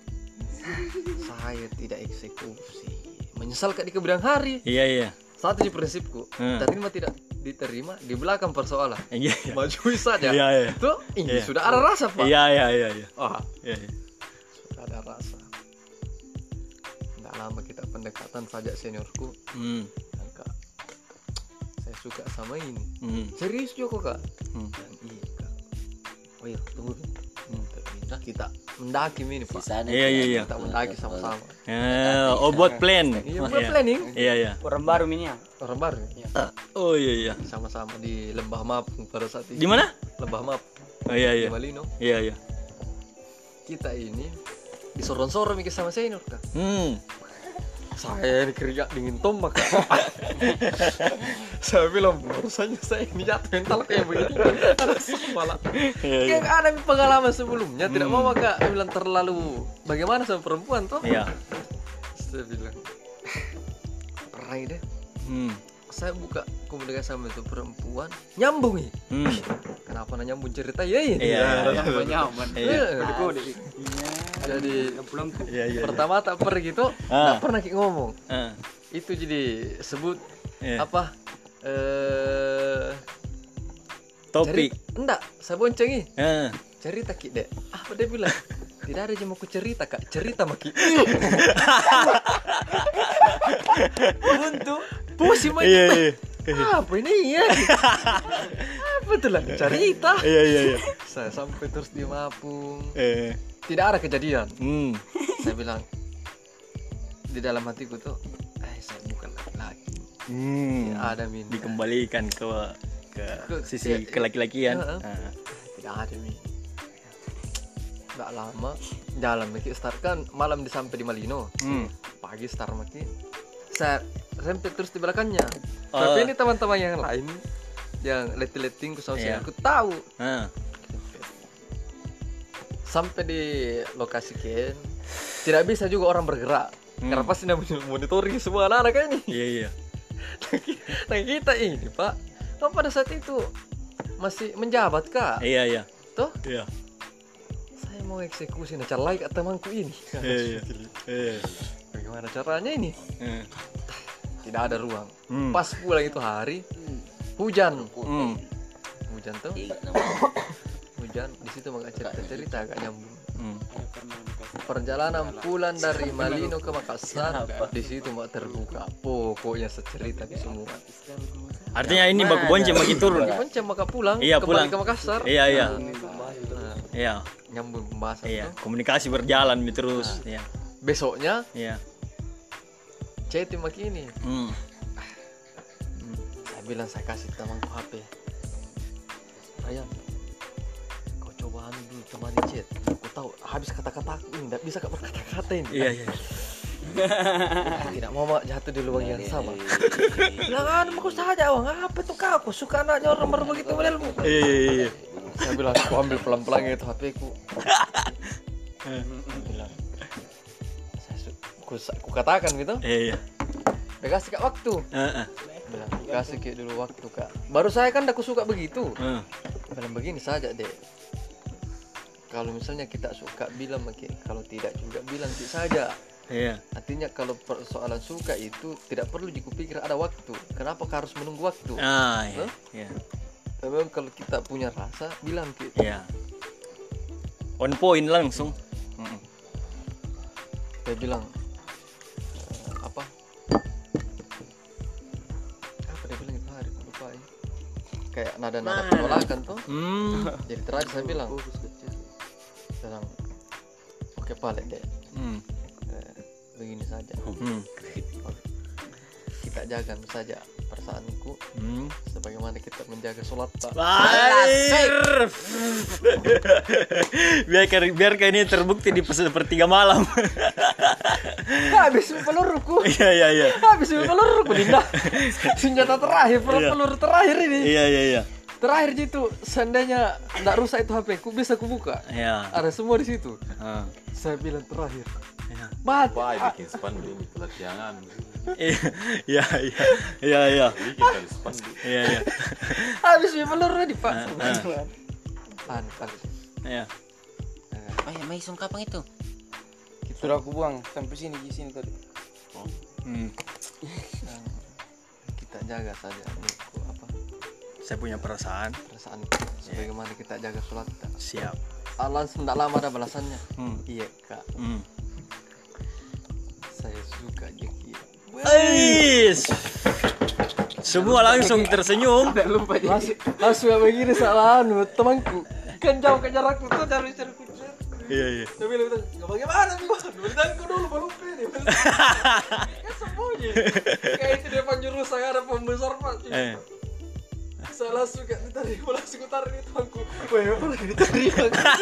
Saya tidak eksekusi. Menyesal kak di kemudian hari. Iya iya. Satu di prinsipku. Hmm. Terima tidak diterima di belakang persoalan. Iya. Maju saja. Iya iya. Tuh, ini Iya. sudah ada rasa pak. Iya iya iya iya. Ah, Iya. iya. sudah ada rasa. Tidak lama kita pendekatan saja seniorku. Hmm. Dan kak, saya suka sama ini. Hmm. Serius Joko kak? Hmm. Dan iya kak. Oh iya tunggu. Hmm, kita kita mendaki ini pak. Sisanya Iya, iya, iya. Kita mendaki sama-sama. Eh, oh buat plan. Iya buat planning. Iya iya. Orang baru ini ya. Orang baru. Oh iya iya. Sama-sama di Lembah Mapung pada saat itu. Di mana? Lembah Mapung. Oh iya Di iya. Malino. Iya iya. Kita ini disorong-sorong mikir sama senior kak. Hmm. Saya ini keringat dingin tombak kak. Saya bilang barusannya saya ini jatuh mental kayak begini. Ada kepala. Iya iya. Kayak ada pengalaman sebelumnya. Tidak mau kak bilang terlalu bagaimana sama perempuan toh. Iya. Saya bilang pernah deh. Hmm. Saya buka komunikasi sama itu perempuan nyambung nih. Hmm. Kenapa nanya nyambung cerita ya ini? Iya. Yang nyaman. Iya. Kode. Jadi Pulang tuh. Iya iya. pertama tak pergi gitu, Ah. nggak pernah kayak ngomong. Ah. Itu jadi sebut Iya. apa? Eh Topik. ceri- enggak, saya boncengi. Ah. Cerita ki dek. Apa dia bilang? Tidak ada yang mau ku cerita kak, cerita maki. Buntu, pusing maki. Iya iya. Apa ini ya? Apa tuh lah cerita? Iya iya iya. Saya sampai terus di Mapung. Eh. Tidak ada kejadian. Hmm. Saya bilang di dalam hatiku tuh, eh saya bukan laki-laki. Hmm. Tidak ada min. Dikembalikan ke ke Ke- sisi iya, kelaki-lakian. iya. Ah. Tidak ada min. Tidak lama jalan maki start kan malam di sampai di Malino. Hmm. Pagi start maki. Saya rempet terus di belakangnya. Oh. Tapi ini teman-teman yang lain yang letting-letting ku sama Iya. aku tahu. Ah. Sampai di lokasi Ken tidak bisa juga orang bergerak. Hmm. Karena pasti namanya monitoring semua anak-anak kayak ini. Iya iya. Nah kita ini pak, kan pada saat itu masih menjabat kak. Iya iya. Tuh, Iya. saya mau eksekusi nah cara lain temanku ini. Iya iya. Eh. Bagaimana caranya ini? Eh. Tidak ada ruang. Hmm. Pas pulang itu hari hujan, Hmm. hujan tuh, Ingat namanya. hujan di situ maka cerita-cerita agak nyambung. Hmm. Perjalanan pulang dari Malino ke Makassar, di situ mak terbuka. Pokoknya secerita ke semua. Artinya ini baku bonceng makin turun. Bonceng maka pulang, Iya, kembali pulang. ke Makassar. Iya iya. Nah, Iya. nyambung pembahasan Iya. tuh. Komunikasi berjalan mi terus. Iya. Besoknya Iya. chatting maki ini. Hmm. Saya bilang saya kasih temanku H P. Ryan, kau coba ambil dulu temani chat. Aku tahu habis kata-kata aku ini tidak bisa berkata-kata ini. Iya iya. Tidak mau mak jatuh di lubang yang sama. Jangan aku saja, wang apa tuh kau? Aku suka anaknya orang baru begitu modelmu. Iya iya iya. Saya bilang aku ambil pelan-pelan itu H P ku. Saya bilang, saya su- ku, ku katakan gitu. Iya iya. Dia kasih kak waktu. Heeh. Bilang, kasih kak dulu waktu kak. Baru saya kan aku suka begitu. Heeh. Bilang begini saja deh. Kalau misalnya kita suka bilang maki, kalau tidak juga bilang sih saja. Iya. Artinya kalau persoalan suka itu tidak perlu dikupikir ada waktu. Kenapa harus menunggu waktu? Ah, iya. Huh? Iya. Memang kalau kita punya rasa bilang gitu. Iya. On point langsung. Mm. Saya bilang eh, apa? Apa dia bilang itu hari lupa ya. Kayak nada-nada penolakan tuh. Hmm. Jadi terakhir saya bilang, bilang oke paling deh. Hmm. Eh, begini saja. Hmm. Kita jaga saja perasaanku Hmm. sebagaimana kita menjaga sholat tak. Air. biarkan biarkan ini terbukti di sepertiga malam. Habis peluruku. Iya iya iya. Habis peluruku Dinda. Senjata terakhir, Iya. peluru terakhir ini. Iya iya iya. Terakhir gitu, seandainya enggak rusak itu H P ku bisa kubuka. Iya. Ada semua di situ. Ah. Saya bilang terakhir. Iya. Mati. Wah, bikin spanduk ini pelatihan. Iya iya iya iya iya Bikin kali spanduk. iya iya Habis peluru di Pak. Ah, An, an. iya. Oh ya, Maison kapan itu? Sudah aku buang sampai sini di sini tadi. Hmm. Dan kita jaga saja niku apa Saya punya perasaan. perasaan sebagaimana kita jaga sholat kita. Siap. Allah tidak lama ada balasannya. Hmm. Iya kak, Hmm. saya suka Jeki. Ais. Semua langsung tersenyum. Tidak lupa Jeki. Langsung, langsung yang begini salah anu temanku. Kan jauh ke jarakku tuh cari cari kucing. Iya iya. Dia bilang, nggak bagaimana nih bang? Berdanku dulu baru pede. Kan sembunyi. Kayak itu dia penjurusan ada pembesar pak. Eh. Saya langsung gak diterima, langsung tarik di tuanku. Wah, apa lagi diterima?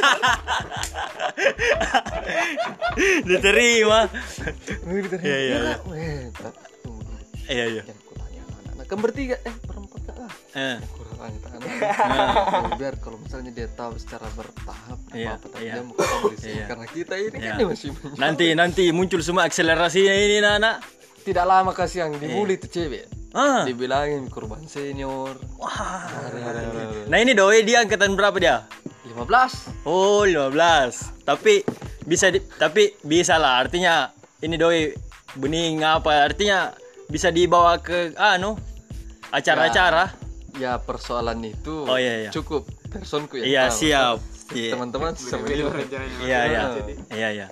Diterima. Diterima. Iya, iya, iya. Weh, tunggu dulu. Iya iya. Jangan kutanya anak-anak. Kan bertiga, eh berempat gak lah. Eh. Kurang tanya anak-anak. Biar kalau misalnya dia tahu secara bertahap Iya, apa tapi iya. dia mau ketemu di sini. Iya. Karena kita ini Iya. kan dia masih menjauh. Nanti nanti muncul semua akselerasinya ini Nana. Tidak lama kasih yang dibully tuh cewek. Ah. Dibilangin korban senior. Wah. Nah ini doi dia angkatan berapa dia? lima belas. Oh lima belas. Tapi bisa di, tapi bisa lah artinya ini doi bening apa artinya bisa dibawa ke anu acara-acara. Ya persoalan itu Oh, iya, iya. cukup personku yang Iya tahu. siap. Iya. Teman-teman bisa menilai. Iya iya. Iya iya.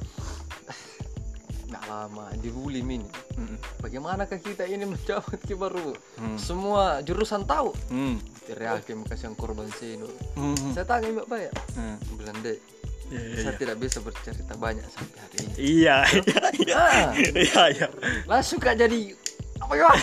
Nggak lama dibully min. Bagaimanakah kita ini menjawab ki baru Hmm. semua jurusan tahu. Hmm. Teriakin kasih yang korban senior. Hmm. Saya tanya Mbak Pak ya. Hmm. Bilang dek, Iya, saya tidak bisa bercerita banyak sampai hari ini. Iya iya iya. Ah, Iya iya. langsung kak jadi apa ya?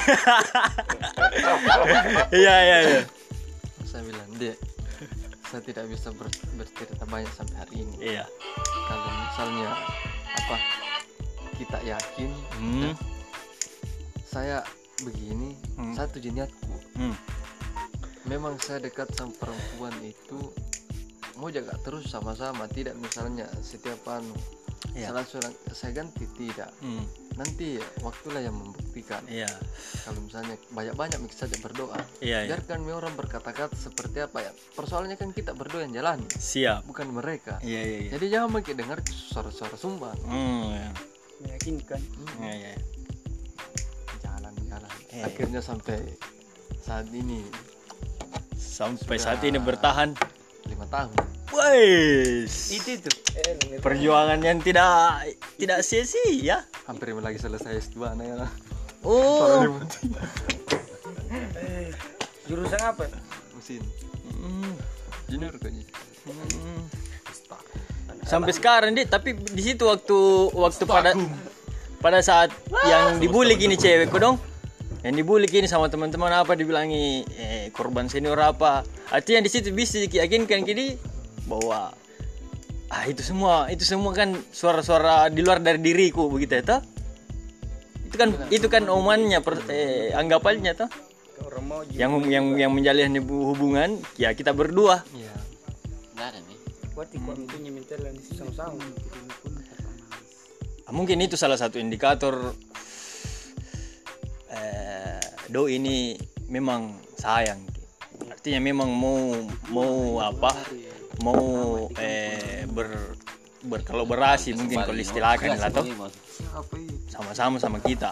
Iya iya iya. Saya bilang dek, saya tidak bisa ber- bercerita banyak sampai hari ini. Iya. Kalau misalnya apa kita yakin Hmm. saya begini, Hmm. satu niatku. Hmm. Memang saya dekat sama perempuan itu mau jaga terus sama-sama, tidak misalnya setiap anu Iya. saya langsung saya ganti, tidak. Hmm. Nanti ya, waktulah yang membuktikan. Iya. Kalau misalnya banyak-banyak mix saja berdoa. Iya iya. Biarkan orang berkata-kata seperti apa ya. Persoalannya kan kita berdoa yang jalani, Siap. bukan mereka. Iya iya iya. Jadi jangan makin dengar suara-suara sumbang. Hmm. Iya. Meyakinkan. Iya iya. Jalan-jalan. Iya, Akhirnya sampai saat ini Sampai Sudah. saat ini bertahan. lima tahun. Wais. Itu tuh. Perjuangan yang tidak tidak sia-sia. Hampir lagi selesai S dua nah ya. Oh. Jurusan apa? Mesin. Hmm. Junior kayaknya. Hmm. Sampai sekarang dia tapi di situ waktu waktu pada pada saat yang dibully gini cewekku dong. Yang dibully gini sama teman-teman apa dibilangi eh, korban senior apa. Artinya di situ bisa diyakinkan gini bahwa ah itu semua itu semua kan suara-suara di luar dari diriku begitu ya toh. Itu kan itu kan omongannya per, eh, anggapannya toh. Orang mau Yang yang yang menjalin hubungan ya kita berdua. Iya. Nggak ada nih. kuat kuat punya mental yang sama-sama. Ah, mungkin itu salah satu indikator eh, do ini memang sayang. Artinya memang mau mau apa? Mau eh, ber berkolaborasi mungkin kalau istilahkan lah toh. Siapa itu? Sama-sama sama kita.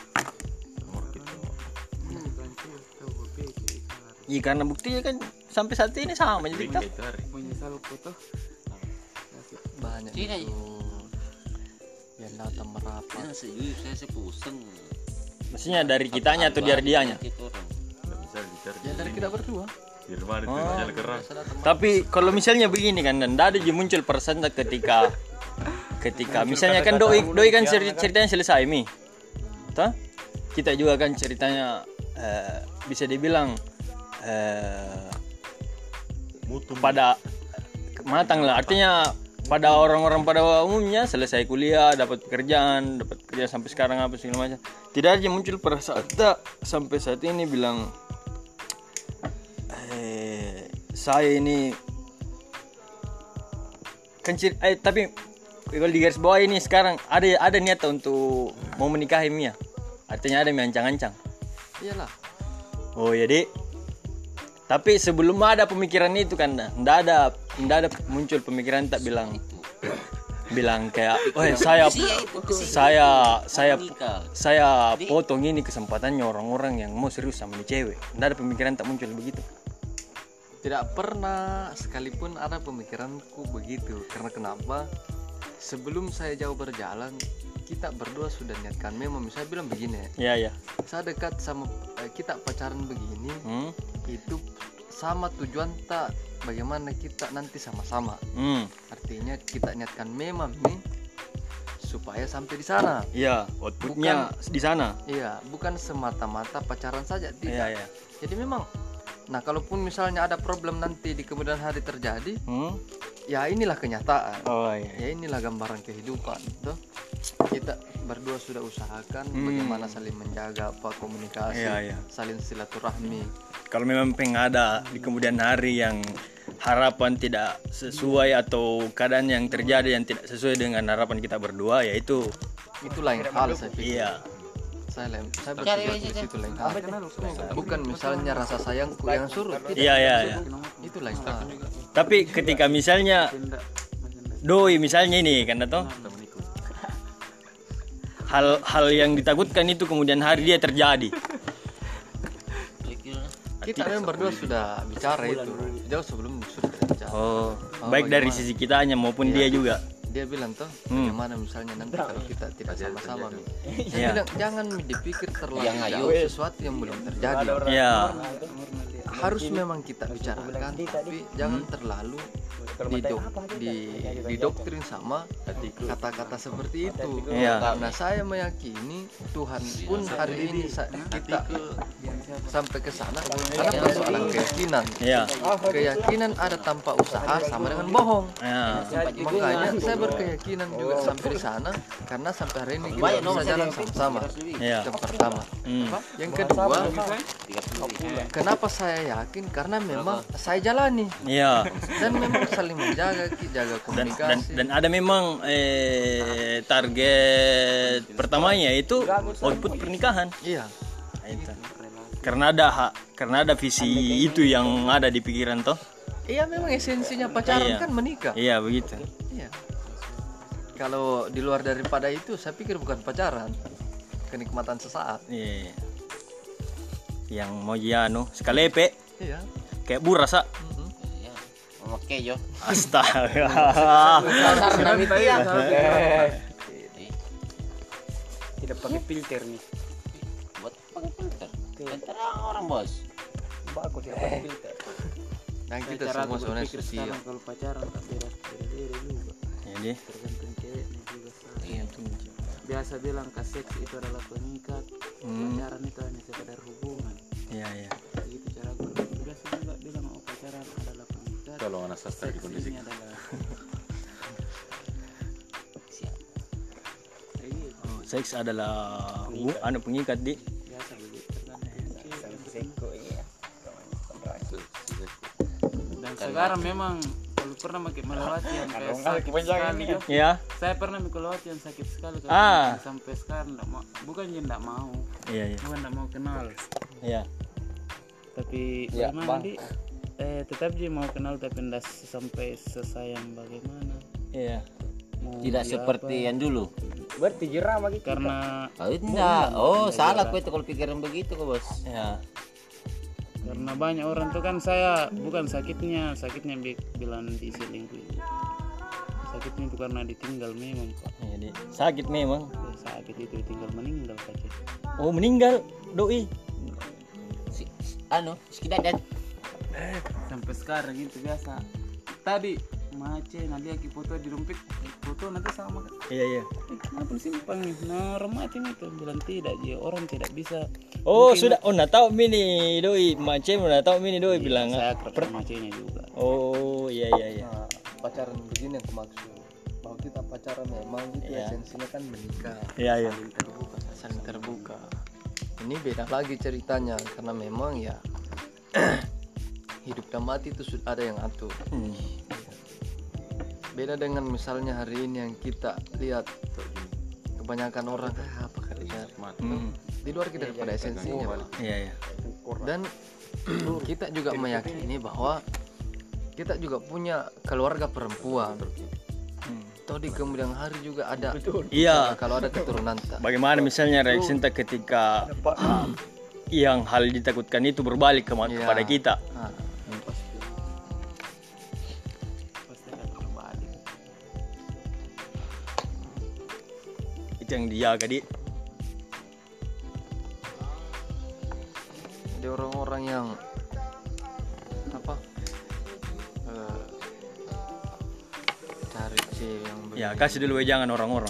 Iya karena buktinya kan sampai saat ini sama jadi kita. Menyesal foto. Banyak Tidak, itu yang datang merapat. Ya, sejujurnya saya sih pusing. Maksudnya dari kitanya atau dari dianya? Gitu orang. Nggak bisa dicari. Ya dari kita berdua. Di rumah itu Oh. jalan keras. Biasa datang Tapi kalau misalnya begini kan, dan ada aja muncul perasaan ketika ketika misalnya kan doi doi kan cer- ceritanya selesai mi, toh kita juga kan ceritanya eh, bisa dibilang eh, Mutu. pada matang lah, artinya pada orang-orang pada umumnya selesai kuliah dapat pekerjaan dapat kerja sampai sekarang apa segala macam, tidak aja muncul perasaan tak sampai saat ini bilang eh, saya ini kan cer- eh, tapi kalau di garis bawah ini sekarang ada ada niat untuk mau menikahi Mia, artinya ada yang ancang-ancang. Iyalah. Oh jadi, tapi sebelum ada pemikiran itu kan, ndak ada ndak ada muncul pemikiran tak bilang bilang kayak, oh saya saya saya saya potong ini kesempatannya orang-orang yang mau serius sama ini cewek. Ndak ada pemikiran tak muncul begitu. Tidak pernah sekalipun ada pemikiranku begitu. Karena kenapa? Sebelum saya jauh berjalan, kita berdua sudah niatkan memang. Saya bilang begini, Ya ya. saya dekat sama eh, kita pacaran begini, Hmm. itu sama tujuan tak bagaimana kita nanti sama-sama. Hmm. Artinya kita niatkan memang nih supaya sampai di sana. Iya, outputnya di sana. Iya, bukan semata-mata pacaran saja, tidak. Iya ya. Jadi memang, nah kalaupun misalnya ada problem nanti di kemudian hari terjadi, Hmm. ya inilah kenyataan. Oh iya. Ya inilah gambaran kehidupan, toh. Kita berdua sudah usahakan Hmm. bagaimana saling menjaga apa komunikasi, Iya, iya. saling silaturahmi. Kalau memang pengen ada di kemudian hari yang harapan tidak sesuai atau keadaan yang terjadi yang tidak sesuai dengan harapan kita berdua, yaitu Itu lain hal saya pikir. iya. Saya lain, saya berpikir di situ lain hal. Bukan misalnya rasa sayangku yang suruh, tidak. Iya iya iya. Itu lain hal. Tapi ketika misalnya doi misalnya ini kan atau hal-hal yang ditakutkan itu kemudian hari dia terjadi. Kita memang berdua sudah bicara itu jauh sebelum sudah bicara. Oh, baik dari sisi kitanya maupun dia juga. Dia bilang toh, Hmm. bagaimana misalnya nanti kalau kita tidak sama-sama, Mi. Saya Iya. bilang jangan Mi, dipikir terlalu Yang jauh ayo. sesuatu yang belum terjadi. Iya. Harus memang kita bicarakan, tapi jangan terlalu didok, di, didoktrin sama kata-kata seperti itu. Iya. Karena saya meyakini Tuhan pun hari ini sa- kita sampai ke sana karena persoalan keyakinan. Iya. Keyakinan ada tanpa usaha sama dengan bohong. Iya. Makanya saya berkeyakinan juga sampai di sana karena sampai hari ini kita bisa jalan sama-sama. Iya. Yang pertama. Hmm. Yang kedua, kenapa saya yakin? Karena memang saya jalani Iya. dan memang saling menjaga, Ki, jaga Dan, dan komunikasi. dan ada memang eh, target pertamanya itu output pernikahan. Iya, Nah, itu. Karena ada hak, karena ada visi itu yang ada di pikiran toh. iya memang esensinya pacaran Iya. kan menikah. Iya begitu. Iya. Kalau di luar daripada itu, saya pikir bukan pacaran, kenikmatan sesaat. Iya. Yang mau anu sekalepe Iya. kayak burasa. Mm-mm. Iya. Oke yo. Astaga. Tidak pakai filter nih. Buat pakai filter. Filter orang bos. Mbak aku tidak pakai filter. Dan kita Cara semua aku sebenarnya berpikir sosial. sekarang kalau pacaran tak beda-beda juga. Jadi Tergantung ceweknya juga. Sa. Iya. Biasa bilang ke seks itu adalah pengikat. Hmm. Pacaran itu hanya sekedar hubungan. Iya iya. Begitu cara aku biasa juga bilang oh pacaran adalah pengikat. Kalau anak sastra Seks ini dikondisikan. adalah Siap. kayak gitu. Oh, seks adalah hu- anu pengikat di. Biasa begitu. Tergantung Dan sekarang memang kalau pernah makin melewati yang kayak sakit sekali ya. Ya. Saya pernah melewati yang sakit sekali kalau Ah. sampai sekarang enggak mau, bukan yang enggak mau, Iya iya. bukan enggak mau kenal, Iya. tapi Ya, bagaimana Bang. di eh tetap dia mau kenal tapi enggak sampai sesayang bagaimana. Iya. mau Tidak beli seperti apa. yang dulu. Berarti jerama gitu. Karena Oh, tidak. Oh, salah kau itu kalau pikiran begitu kok, Bos. Ya. karena banyak orang tuh kan saya bukan sakitnya, sakitnya bi- bilang diselingkuhi. Sakitnya itu karena ditinggal memang Pak. Jadi sakit memang. Sakit itu ditinggal meninggal saja. Oh, meninggal doi. Si, si- anu, sekitar dan Sampai sekarang itu biasa. Tadi mace nanti lagi foto di dompet, foto nanti sama kan. Iya, iya. Eh, kenapa simpan nih? Nah, rematin itu bilang tidak, ya orang tidak bisa. Oh, Mungkin- sudah. Oh, nah tahu mini doi. Macem udah tahu mini doi Iya, bilang. saya kerja macenya juga. Oh, iya iya iya. Nah, pacaran begini yang kumaksud, bahwa kita pacaran memang gitu Iya. esensinya kan menikah, Iya iya. saling terbuka, saling terbuka. Ini beda lagi ceritanya karena memang ya hidup dan mati itu sudah ada yang atur. Hmm. Beda dengan misalnya hari ini yang kita lihat kebanyakan orang ah, apa kerja Hmm. di luar kita daripada esensinya, Pak. Iya iya. Dan kita juga meyakini bahwa kita juga punya keluarga perempuan. Hmm. Toh di kemudian hari juga ada Iya. kalau ada keturunan tak. Bagaimana misalnya reaksi kita ketika yang hal ditakutkan itu berbalik ke Iya. kepada kita? Nah, Pasti akan kembali. Itu yang dijaga di. ada orang-orang yang apa eh, cari sih yang Ya begini. kasih dulu jangan orang-orang.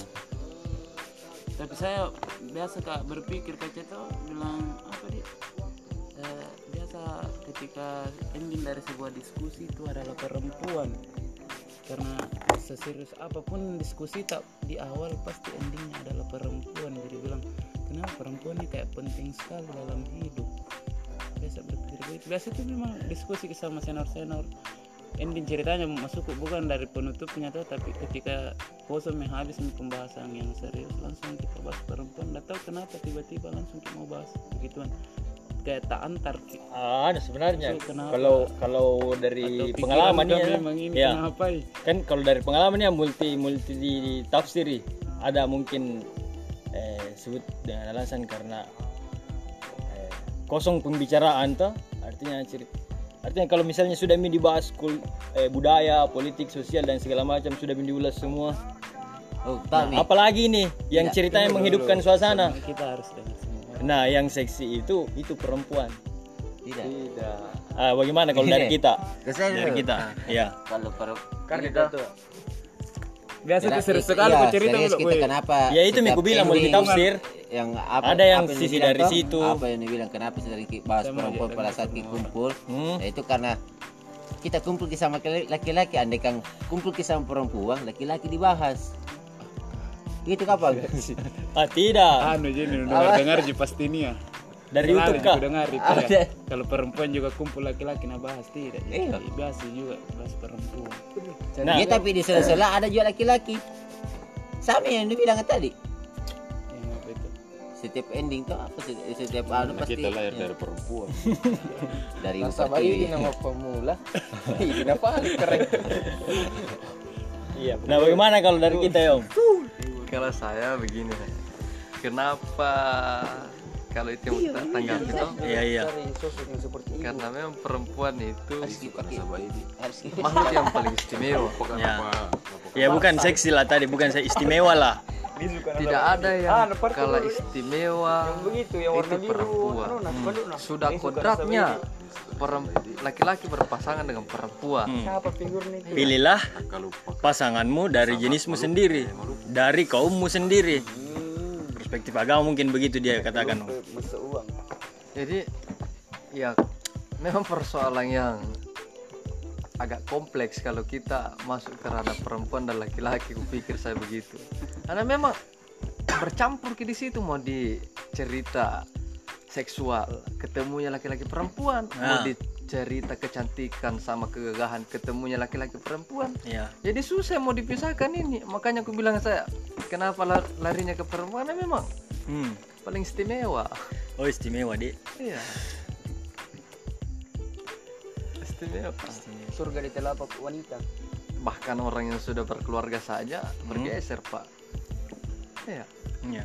Tapi saya biasa kak berpikir kaca tuh bilang apa dia? Eh, biasa ketika ending dari sebuah diskusi itu adalah perempuan. Karena seserius apapun diskusi tak di awal pasti endingnya adalah perempuan. Jadi bilang kenapa perempuan ini kayak penting sekali dalam hidup. Biasa berpikir begitu. Biasa itu memang diskusi sama senior-senior. Ending ceritanya masuk bukan dari penutupnya tuh, tapi ketika kosong habis pembahasan yang serius langsung kita bahas perempuan. Nggak tahu kenapa tiba-tiba langsung kita mau bahas begituan. Kayak tak antar. Ada sebenarnya. So, kenapa? Kalau kalau Atau dari pikiran pengalaman udah ya, memang ini ya. kenapa ya? Kan kalau dari pengalamannya multi multi di tafsiri ada mungkin eh, sebut dengan alasan karena eh, kosong pembicaraan toh artinya cerita artinya kalau misalnya sudah mi dibahas kul, eh, budaya politik sosial dan segala macam sudah mi diulas semua. Oh, tak Nah, nih. apalagi nih yang Tidak, ceritanya menghidupkan suasana. Kita harus dengar semua. Nah yang seksi itu itu perempuan. Tidak. tidak Ah, bagaimana kalau dari kita? Kesana Dari dulu. kita, ya. Kalau per Karena ini tuh, itu Biasa Kira- itu serius iya, sekali kok cerita serius dulu, kita boy. kenapa Ya itu setiap Miku bilang multi ending tafsir. yang apa Ada yang apa sisi dibilang dari toh? situ. Apa yang dibilang kenapa sering ki- bahas Saya mau perempuan jadi pada dengar saat kita semua. kumpul? Hmm. Ya itu karena kita kumpul ki sama laki-laki, andai kan kumpul ki sama perempuan, laki-laki dibahas. Itu kapan? Ah tidak. Anu jadi dengar dengar ji pasti ini ya. Dari YouTube kah? Dengar itu Ada. ya. Kalau perempuan juga kumpul laki-laki nah bahas tidak. Iya. Jadi biasa juga bahas perempuan. Nah, Ya tapi di sela-sela ada juga laki-laki. Sama yang dibilang tadi. Yang apa itu? Setiap ending tuh apa setiap, setiap anu pasti kita lahir dari perempuan. dari masa upper bayi kiri. nama pemula ini apa keren. Iya. Nah, bagaimana kalau dari kita, Om? Kalau saya begini, kenapa kalau itu yang kita tanggapi toh Iya, iya. cari sosok yang seperti ini. karena memang perempuan itu Harus dipakai. Harus makhluk yang paling istimewa. Ya. Ya bukan seksi lah tadi, bukan saya istimewa lah. Tidak ada yang Ah, lepas kalah dulu. istimewa Yang begitu yang warna itu biru. perempuan. Anu, nah, sepadu, nah. Sudah Ini suka kodratnya rasa perem- laki-laki berpasangan dengan perempuan. Hmm. Siapa figur nih? Pilihlah Kalau pasanganmu dari jenismu sendiri, dari kaummu sendiri. Perspektif agama mungkin begitu dia katakan. Om. Masa uang. Jadi ya memang persoalan yang agak kompleks kalau kita masuk ke ranah perempuan dan laki-laki, kupikir saya begitu. Karena memang bercampur ke di situ, mau di cerita seksual ketemunya laki-laki perempuan, mau Ah. di cerita kecantikan sama kegagahan ketemunya laki-laki perempuan. Ya. Jadi susah mau dipisahkan ini. Makanya aku bilang saya, kenapa la- larinya ke perempuan? Karena memang Hmm. paling istimewa. Oh, istimewa, Dik. Iya. Istimewa. Surga di telapak wanita. bahkan orang yang sudah berkeluarga saja bergeser pak. Ya. Ya.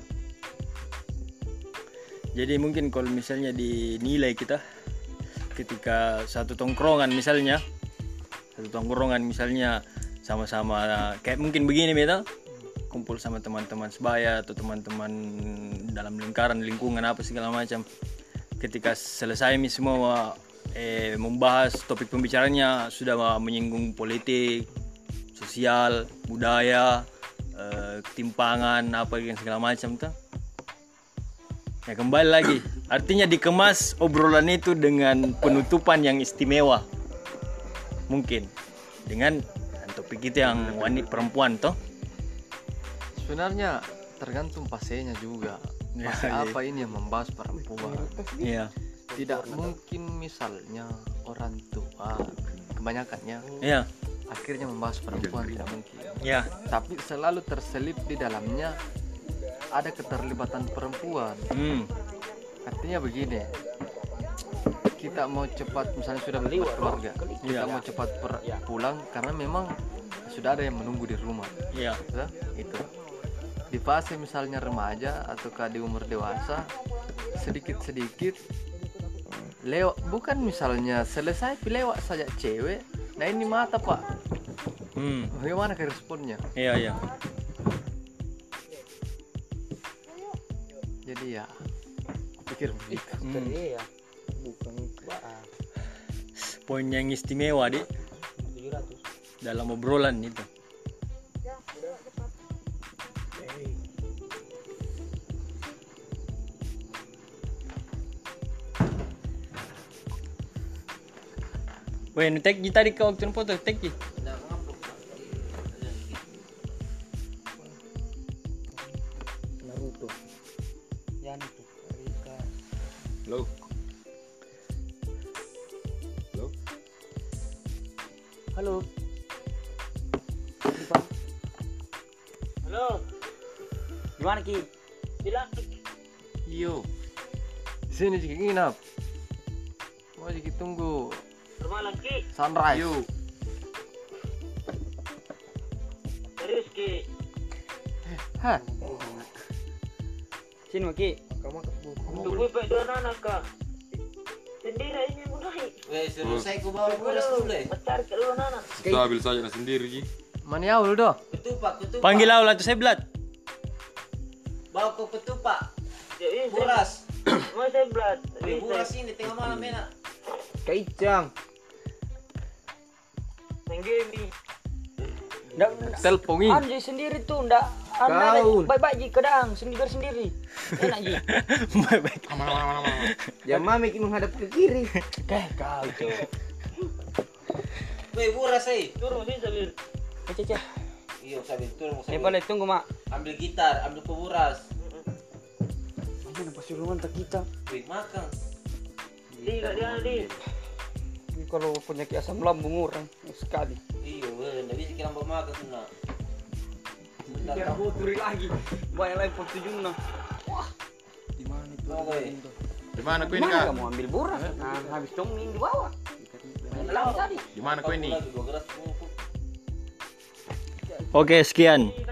Jadi mungkin kalau misalnya dinilai kita ketika satu tongkrongan misalnya, satu tongkrongan misalnya sama-sama kayak mungkin begini beta, kumpul sama teman-teman sebaya atau teman-teman dalam lingkaran lingkungan apa segala macam. Ketika selesai mi semua eh, membahas topik pembicaranya sudah menyinggung politik, sosial, budaya, eh, ketimpangan apa yang segala macam tuh. Ya kembali lagi, artinya dikemas obrolan itu dengan penutupan yang istimewa. Mungkin dengan topik itu yang wanita perempuan toh. Sebenarnya tergantung pasenya juga. Ya, Pase iya. apa ini yang membahas perempuan. Iya. Tidak mungkin misalnya orang tua kebanyakannya Iya. akhirnya membahas perempuan, tidak mungkin. Iya. Tapi selalu terselip di dalamnya ada keterlibatan perempuan. Hmm. Artinya begini, kita mau cepat misalnya sudah berkeluarga, kita Iya. mau cepat per- pulang karena memang sudah ada yang menunggu di rumah. Iya. Ya, itu di fase misalnya remaja ataukah di umur dewasa, sedikit-sedikit lewat, bukan misalnya selesai lewat saja cewek, nah ini mata pak, Hmm. bagaimana ke responnya? Iya, iya. Jadi ya pikir begitu. Hmm. Iya. Bukan wah. Poin yang istimewa di tujuh ratus. dalam obrolan itu. Weh, nu tag tadi kau waktu foto tag ji. Naruto. Yan itu. Rika. Halo. Halo. Halo. Dipan. Halo. Gimana Ki? Bilang. Yo, sini jika nginap, mau jika tunggu Rumah lagi. sunrise. Yo. Serius Ki. Hah, Sini Ki. Tunggu Pak dua anak Kak. Sendiri ini mulai. Weh, suruh saya ku bawa beras dulu deh. Pacar ke lu anak. Kita ambil saja nah sendiri Ji. mana yaul doh? Ketupat, ketupat. Panggil aula tu saya belat. Bawa ke ketupat. Ya ini Buras. mau saya belat. Weh, buras ini tengah malam enak. Kaicang. Menggemi. Ndak Telpongin. Anji sendiri tuh ndak anda baik-baik ji kadang sendiri sendiri. Enak ji. Baik-baik. Ya mami menghadap ke kiri. Keh kau itu. Weh, buras eh. Turun sini sambil. Cece. Iya, sambil turun. Ini sambil- boleh tunggu mak. Ambil gitar, ambil ke buras. Ini pasti rumah tak kita. Weh, makan. Tidak dia di. Ini kalau penyakit asam lambung orang sekali. Iya, weh, ndak bisa kira mau makan sana. Biar boturi lagi. Banyak lagi pot tujuh nah. Wah. Di mana itu? Oh, weh. Di mana kau ini Mana Kak? kamu ambil borak? Nah, habis dongeng di bawah. Lama tadi. Di mana kau ini? Lagi dua gelas. Oke, sekian